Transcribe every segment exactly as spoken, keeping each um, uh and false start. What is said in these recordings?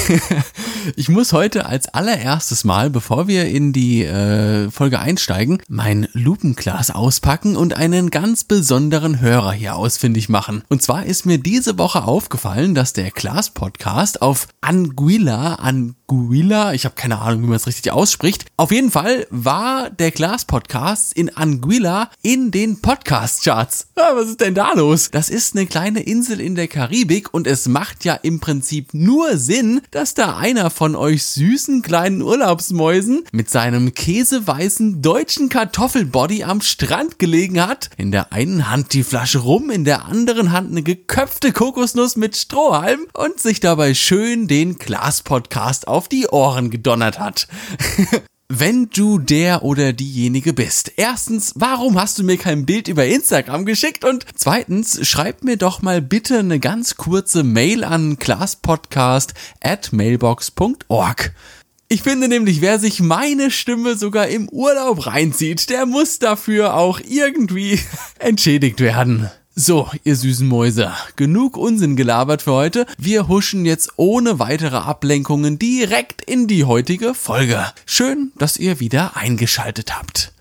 Ich muss heute als allererstes Mal, bevor wir in die äh, Folge einsteigen, mein Lupenglas auspacken und einen ganz besonderen Hörer hier ausfindig machen. Und zwar ist mir diese Woche aufgefallen, dass der Klaas-Podcast auf Anguilla, Anguilla, ich habe keine Ahnung, wie man es richtig ausspricht. Auf jeden Fall war der Klaas-Podcast in Anguilla in den Podcast-Charts. Ja, was ist denn da los? Das ist eine kleine Insel in der Karibik und es macht ja im Prinzip nur Sinn, dass da einer von euch süßen kleinen Urlaubsmäusen mit seinem käseweißen deutschen Kartoffelbody am Strand gelegen hat. In der einen Hand die Flasche Rum, in der anderen Hand eine geköpfte Kokosnuss mit Strohhalm und sich dabei schön den Klaas-Podcast auf die Ohren gedonnert hat. Wenn du der oder diejenige bist. Erstens, warum hast du mir kein Bild über Instagram geschickt? Und zweitens, schreib mir doch mal bitte eine ganz kurze Mail an klaaspodcast at mailbox punkt org. Ich finde nämlich, wer sich meine Stimme sogar im Urlaub reinzieht, der muss dafür auch irgendwie entschädigt werden. So, ihr süßen Mäuse, genug Unsinn gelabert für heute. Wir huschen jetzt ohne weitere Ablenkungen direkt in die heutige Folge. Schön, dass ihr wieder eingeschaltet habt.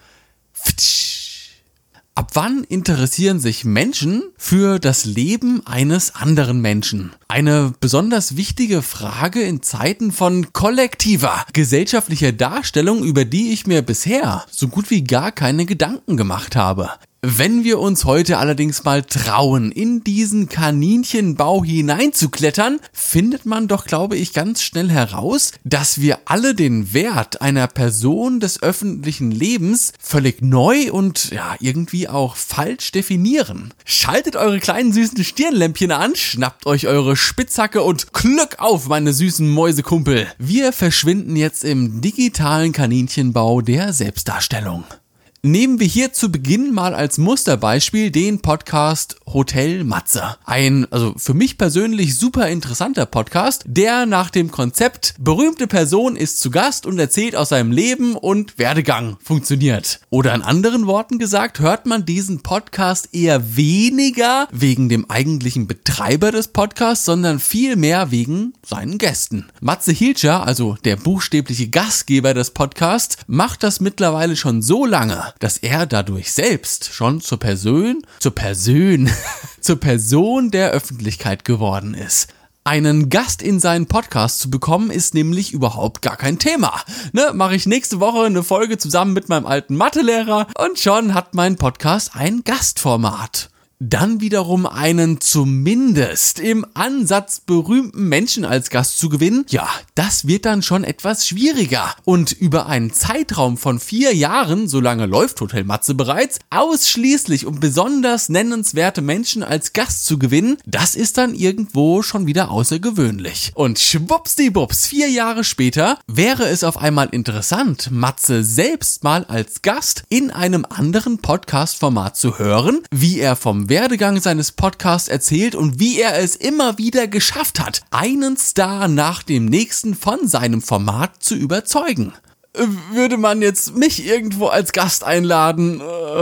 Ab wann interessieren sich Menschen für das Leben eines anderen Menschen? Eine besonders wichtige Frage in Zeiten von kollektiver gesellschaftlicher Darstellung, über die ich mir bisher so gut wie gar keine Gedanken gemacht habe. Wenn wir uns heute allerdings mal trauen, in diesen Kaninchenbau hineinzuklettern, findet man doch, glaube ich, ganz schnell heraus, dass wir alle den Wert einer Person des öffentlichen Lebens völlig neu und ja irgendwie auch falsch definieren. Schaltet eure kleinen süßen Stirnlämpchen an, schnappt euch eure Spitzhacke und Glück auf, meine süßen Mäusekumpel. Wir verschwinden jetzt im digitalen Kaninchenbau der Selbstdarstellung. Nehmen wir hier zu Beginn mal als Musterbeispiel den Podcast Hotel Matze. Ein, also für mich persönlich super interessanter Podcast, der nach dem Konzept berühmte Person ist zu Gast und erzählt aus seinem Leben und Werdegang funktioniert. Oder in anderen Worten gesagt, hört man diesen Podcast eher weniger wegen dem eigentlichen Betreiber des Podcasts, sondern viel mehr wegen seinen Gästen. Matze Hilscher, also der buchstäbliche Gastgeber des Podcasts, macht das mittlerweile schon so lange, dass er dadurch selbst schon zur Person, zur Person, zur Person der Öffentlichkeit geworden ist. Einen Gast in seinen Podcast zu bekommen, ist nämlich überhaupt gar kein Thema. Ne, mache ich nächste Woche eine Folge zusammen mit meinem alten Mathelehrer und schon hat mein Podcast ein Gastformat. Dann wiederum einen zumindest im Ansatz berühmten Menschen als Gast zu gewinnen, ja, das wird dann schon etwas schwieriger. Und über einen Zeitraum von vier Jahren, so lange läuft Hotel Matze bereits, ausschließlich und besonders nennenswerte Menschen als Gast zu gewinnen, das ist dann irgendwo schon wieder außergewöhnlich. Und schwuppsdiwupps, vier Jahre später wäre es auf einmal interessant, Matze selbst mal als Gast in einem anderen Podcast-Format zu hören, wie er vom Werdegang seines Podcasts erzählt und wie er es immer wieder geschafft hat, einen Star nach dem nächsten von seinem Format zu überzeugen. Würde man jetzt mich irgendwo als Gast einladen,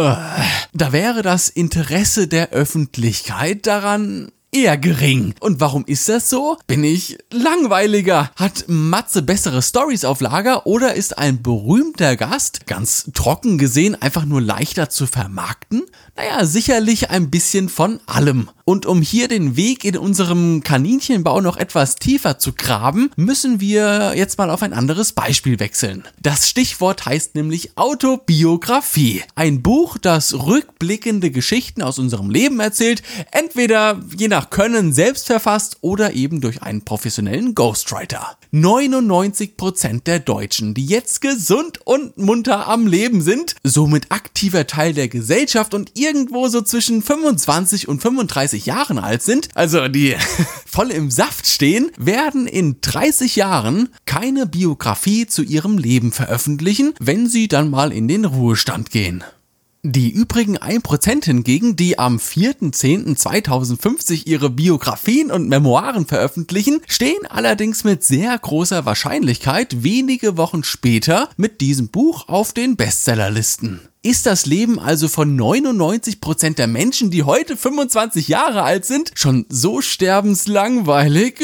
da wäre das Interesse der Öffentlichkeit daran eher gering. Und warum ist das so? Bin ich langweiliger? Hat Matze bessere Storys auf Lager oder ist ein berühmter Gast, ganz trocken gesehen, einfach nur leichter zu vermarkten? Naja, sicherlich ein bisschen von allem. Und um hier den Weg in unserem Kaninchenbau noch etwas tiefer zu graben, müssen wir jetzt mal auf ein anderes Beispiel wechseln. Das Stichwort heißt nämlich Autobiografie. Ein Buch, das rückblickende Geschichten aus unserem Leben erzählt, entweder je nach Können selbst verfasst oder eben durch einen professionellen Ghostwriter. neunundneunzig Prozent der Deutschen, die jetzt gesund und munter am Leben sind, somit aktiver Teil der Gesellschaft und irgendwo so zwischen fünfundzwanzig und fünfunddreißig Jahren alt sind, also die voll im Saft stehen, werden in dreißig Jahren keine Biografie zu ihrem Leben veröffentlichen, wenn sie dann mal in den Ruhestand gehen. Die übrigen ein Prozent hingegen, die am vierter zehnter zweitausendfünfzig ihre Biografien und Memoiren veröffentlichen, stehen allerdings mit sehr großer Wahrscheinlichkeit wenige Wochen später mit diesem Buch auf den Bestsellerlisten. Ist das Leben also von neunundneunzig Prozent der Menschen, die heute fünfundzwanzig Jahre alt sind, schon so sterbenslangweilig,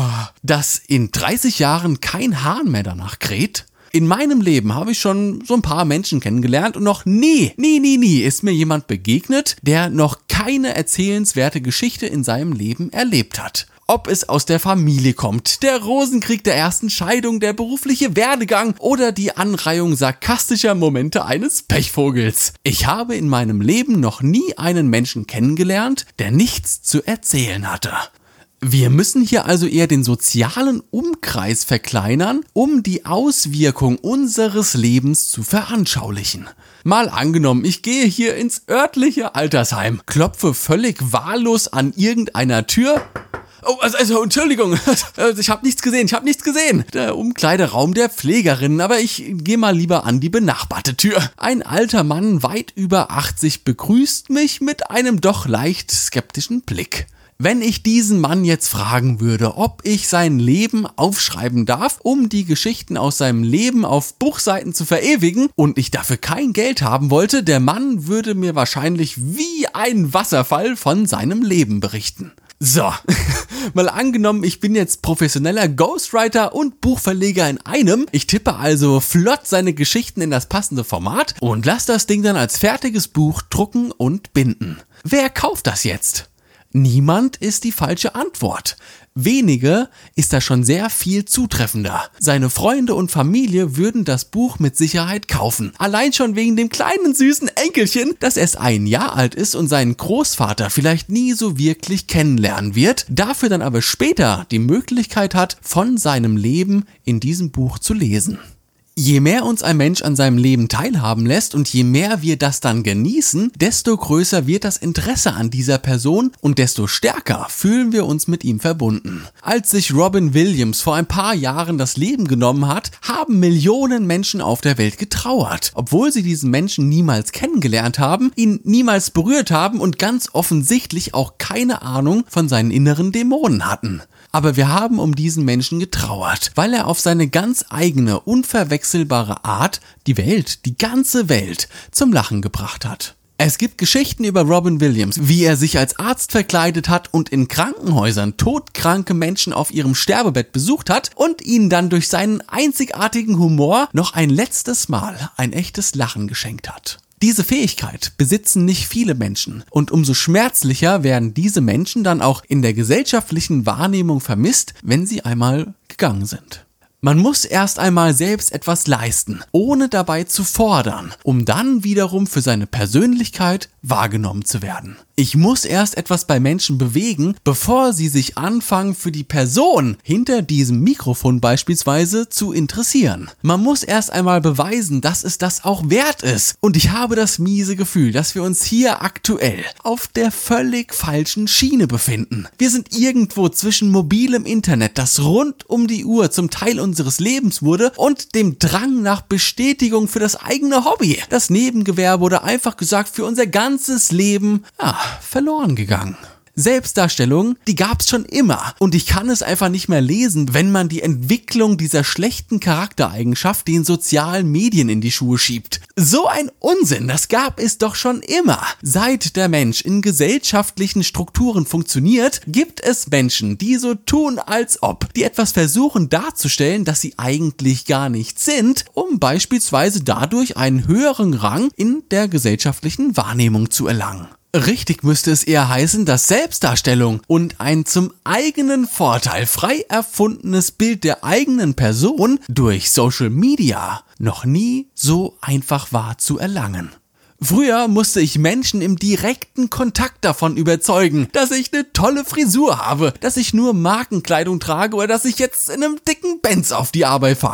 dass in dreißig Jahren kein Hahn mehr danach kräht? In meinem Leben habe ich schon so ein paar Menschen kennengelernt und noch nie, nie, nie, nie ist mir jemand begegnet, der noch keine erzählenswerte Geschichte in seinem Leben erlebt hat. Ob es aus der Familie kommt, der Rosenkrieg der ersten Scheidung, der berufliche Werdegang oder die Anreihung sarkastischer Momente eines Pechvogels. Ich habe in meinem Leben noch nie einen Menschen kennengelernt, der nichts zu erzählen hatte. Wir müssen hier also eher den sozialen Umkreis verkleinern, um die Auswirkung unseres Lebens zu veranschaulichen. Mal angenommen, ich gehe hier ins örtliche Altersheim, klopfe völlig wahllos an irgendeiner Tür. Oh, also, also Entschuldigung, ich habe nichts gesehen, ich habe nichts gesehen. Der Umkleideraum der Pflegerinnen, aber ich gehe mal lieber an die benachbarte Tür. Ein alter Mann, weit über achtzig, begrüßt mich mit einem doch leicht skeptischen Blick. Wenn ich diesen Mann jetzt fragen würde, ob ich sein Leben aufschreiben darf, um die Geschichten aus seinem Leben auf Buchseiten zu verewigen und ich dafür kein Geld haben wollte, der Mann würde mir wahrscheinlich wie ein Wasserfall von seinem Leben berichten. So, mal angenommen, ich bin jetzt professioneller Ghostwriter und Buchverleger in einem. Ich tippe also flott seine Geschichten in das passende Format und lasse das Ding dann als fertiges Buch drucken und binden. Wer kauft das jetzt? Niemand ist die falsche Antwort. Wenige ist da schon sehr viel zutreffender. Seine Freunde und Familie würden das Buch mit Sicherheit kaufen. Allein schon wegen dem kleinen süßen Enkelchen, das erst ein Jahr alt ist und seinen Großvater vielleicht nie so wirklich kennenlernen wird, dafür dann aber später die Möglichkeit hat, von seinem Leben in diesem Buch zu lesen. Je mehr uns ein Mensch an seinem Leben teilhaben lässt und je mehr wir das dann genießen, desto größer wird das Interesse an dieser Person und desto stärker fühlen wir uns mit ihm verbunden. Als sich Robin Williams vor ein paar Jahren das Leben genommen hat, haben Millionen Menschen auf der Welt getrauert, obwohl sie diesen Menschen niemals kennengelernt haben, ihn niemals berührt haben und ganz offensichtlich auch keine Ahnung von seinen inneren Dämonen hatten. Aber wir haben um diesen Menschen getrauert, weil er auf seine ganz eigene, unverwechselbare Art die Welt, die ganze Welt, zum Lachen gebracht hat. Es gibt Geschichten über Robin Williams, wie er sich als Arzt verkleidet hat und in Krankenhäusern todkranke Menschen auf ihrem Sterbebett besucht hat und ihnen dann durch seinen einzigartigen Humor noch ein letztes Mal ein echtes Lachen geschenkt hat. Diese Fähigkeit besitzen nicht viele Menschen und umso schmerzlicher werden diese Menschen dann auch in der gesellschaftlichen Wahrnehmung vermisst, wenn sie einmal gegangen sind. Man muss erst einmal selbst etwas leisten, ohne dabei zu fordern, um dann wiederum für seine Persönlichkeit wahrgenommen zu werden. Ich muss erst etwas bei Menschen bewegen, bevor sie sich anfangen, für die Person hinter diesem Mikrofon beispielsweise zu interessieren. Man muss erst einmal beweisen, dass es das auch wert ist. Und ich habe das miese Gefühl, dass wir uns hier aktuell auf der völlig falschen Schiene befinden. Wir sind irgendwo zwischen mobilem Internet, das rund um die Uhr zum Teil unseres Lebens wurde, und dem Drang nach Bestätigung für das eigene Hobby. Das Nebengewerbe oder einfach gesagt für unser ganzes Leben, ja, verloren gegangen. Selbstdarstellung, die gab's schon immer und ich kann es einfach nicht mehr lesen, wenn man die Entwicklung dieser schlechten Charaktereigenschaft den sozialen Medien in die Schuhe schiebt. So ein Unsinn, das gab es doch schon immer. Seit der Mensch in gesellschaftlichen Strukturen funktioniert, gibt es Menschen, die so tun, als ob, die etwas versuchen darzustellen, dass sie eigentlich gar nicht sind, um beispielsweise dadurch einen höheren Rang in der gesellschaftlichen Wahrnehmung zu erlangen. Richtig müsste es eher heißen, dass Selbstdarstellung und ein zum eigenen Vorteil frei erfundenes Bild der eigenen Person durch Social Media noch nie so einfach war zu erlangen. Früher musste ich Menschen im direkten Kontakt davon überzeugen, dass ich eine tolle Frisur habe, dass ich nur Markenkleidung trage oder dass ich jetzt in einem dicken Benz auf die Arbeit fahre.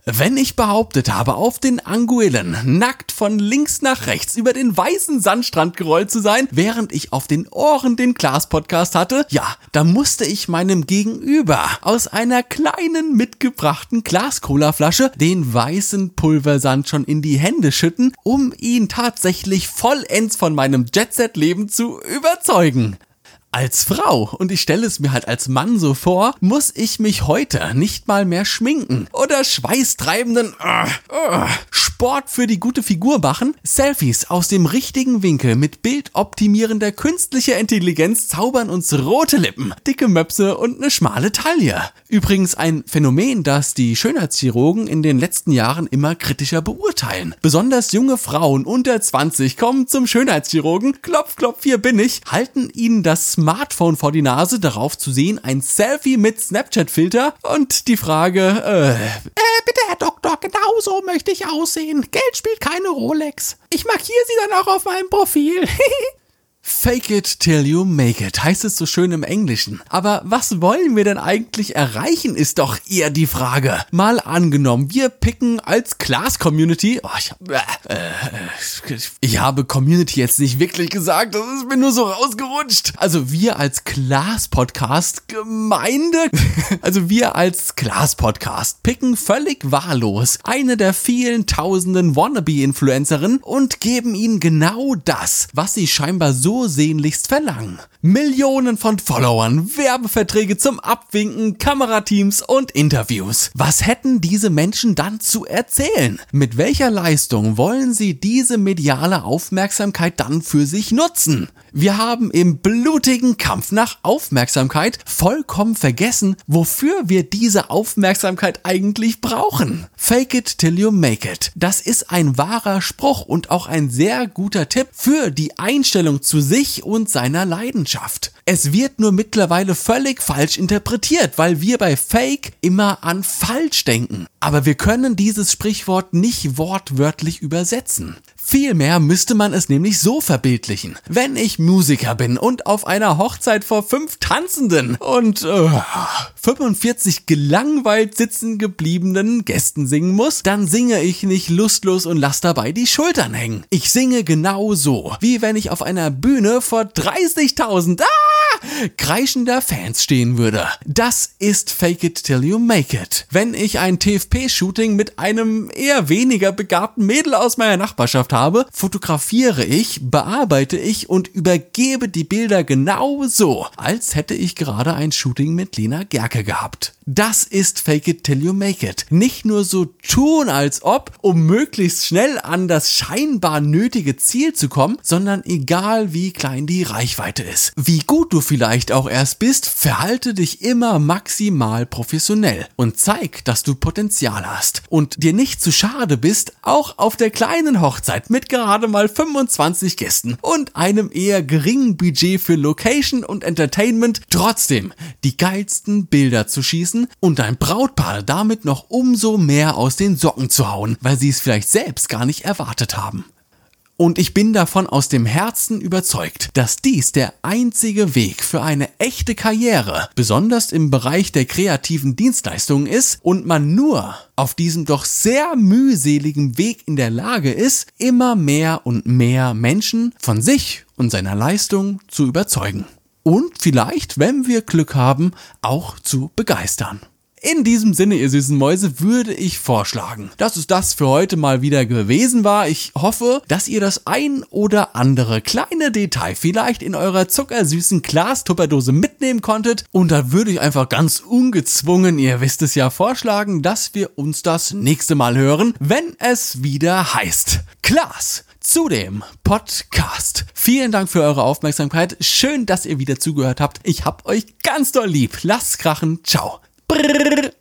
Wenn ich behauptet habe, auf den Anguillen nackt von links nach rechts über den weißen Sandstrand gerollt zu sein, während ich auf den Ohren den Klaas-Podcast hatte, ja, da musste ich meinem Gegenüber aus einer kleinen mitgebrachten Glas-Cola-Flasche den weißen Pulversand schon in die Hände schütten, um ihn tatsächlich vollends von meinem Jet-Set-Leben zu überzeugen. Als Frau, und ich stelle es mir halt als Mann so vor, muss ich mich heute nicht mal mehr schminken oder schweißtreibenden uh, uh, Sport für die gute Figur machen. Selfies aus dem richtigen Winkel mit bildoptimierender künstlicher Intelligenz zaubern uns rote Lippen, dicke Möpse und eine schmale Taille. Übrigens ein Phänomen, das die Schönheitschirurgen in den letzten Jahren immer kritischer beurteilen. Besonders junge Frauen unter zwanzig kommen zum Schönheitschirurgen, klopf, klopf, hier bin ich, halten ihnen das Smartphone vor die Nase, darauf zu sehen ein Selfie mit Snapchat-Filter und die Frage, äh, äh, bitte Herr Doktor, genau so möchte ich aussehen. Geld spielt keine Rolex. Ich markiere sie dann auch auf meinem Profil. Fake it till you make it, heißt es so schön im Englischen. Aber was wollen wir denn eigentlich erreichen, ist doch eher die Frage. Mal angenommen, wir picken als Klaas-Community, oh, ich, hab, äh, äh, ich habe Community jetzt nicht wirklich gesagt, das ist mir nur so rausgerutscht. Also wir als Klaas-Podcast Gemeinde, also wir als Klaas-Podcast picken völlig wahllos eine der vielen tausenden Wannabe-Influencerinnen und geben ihnen genau das, was sie scheinbar so sehnlichst verlangen. Millionen von Followern, Werbeverträge zum Abwinken, Kamerateams und Interviews. Was hätten diese Menschen dann zu erzählen? Mit welcher Leistung wollen sie diese mediale Aufmerksamkeit dann für sich nutzen? Wir haben im blutigen Kampf nach Aufmerksamkeit vollkommen vergessen, wofür wir diese Aufmerksamkeit eigentlich brauchen. Fake it till you make it. Das ist ein wahrer Spruch und auch ein sehr guter Tipp für die Einstellung zu sich und seiner Leidenschaft. Es wird nur mittlerweile völlig falsch interpretiert, weil wir bei Fake immer an falsch denken. Aber wir können dieses Sprichwort nicht wortwörtlich übersetzen. Vielmehr müsste man es nämlich so verbildlichen. Wenn ich Musiker bin und auf einer Hochzeit vor fünf Tanzenden und äh, fünfundvierzig gelangweilt sitzen gebliebenen Gästen singen muss, dann singe ich nicht lustlos und lass dabei die Schultern hängen. Ich singe genau so, wie wenn ich auf einer Bühne vor dreißigtausend ah, kreischender Fans stehen würde. Das ist Fake it till you make it. Wenn ich ein T F P-Shooting mit einem eher weniger begabten Mädel aus meiner Nachbarschaft habe, fotografiere ich, bearbeite ich und übergebe die Bilder genau so, als hätte ich gerade ein Shooting mit Lena Gerke gehabt. Das ist Fake it till you make it. Nicht nur so tun, als ob, um möglichst schnell an das scheinbar nötige Ziel zu kommen, sondern egal wie klein die Reichweite ist. Wie gut du vielleicht auch erst bist, verhalte dich immer maximal professionell und zeig, dass du Potenzial hast und dir nicht zu schade bist, auch auf der kleinen Hochzeit mit gerade mal fünfundzwanzig Gästen und einem eher geringen Budget für Location und Entertainment trotzdem die geilsten Bilder zu schießen und dein Brautpaar damit noch umso mehr aus den Socken zu hauen, weil sie es vielleicht selbst gar nicht erwartet haben. Und ich bin davon aus dem Herzen überzeugt, dass dies der einzige Weg für eine echte Karriere, besonders im Bereich der kreativen Dienstleistungen ist und man nur auf diesem doch sehr mühseligen Weg in der Lage ist, immer mehr und mehr Menschen von sich und seiner Leistung zu überzeugen. Und vielleicht, wenn wir Glück haben, auch zu begeistern. In diesem Sinne, ihr süßen Mäuse, würde ich vorschlagen, dass es das für heute mal wieder gewesen war. Ich hoffe, dass ihr das ein oder andere kleine Detail vielleicht in eurer zuckersüßen Klaas-Tupperdose mitnehmen konntet. Und da würde ich einfach ganz ungezwungen, ihr wisst es ja, vorschlagen, dass wir uns das nächste Mal hören, wenn es wieder heißt Klaas zu dem Podcast. Vielen Dank für eure Aufmerksamkeit. Schön, dass ihr wieder zugehört habt. Ich hab euch ganz doll lieb. Lasst krachen. Ciao. Brrr.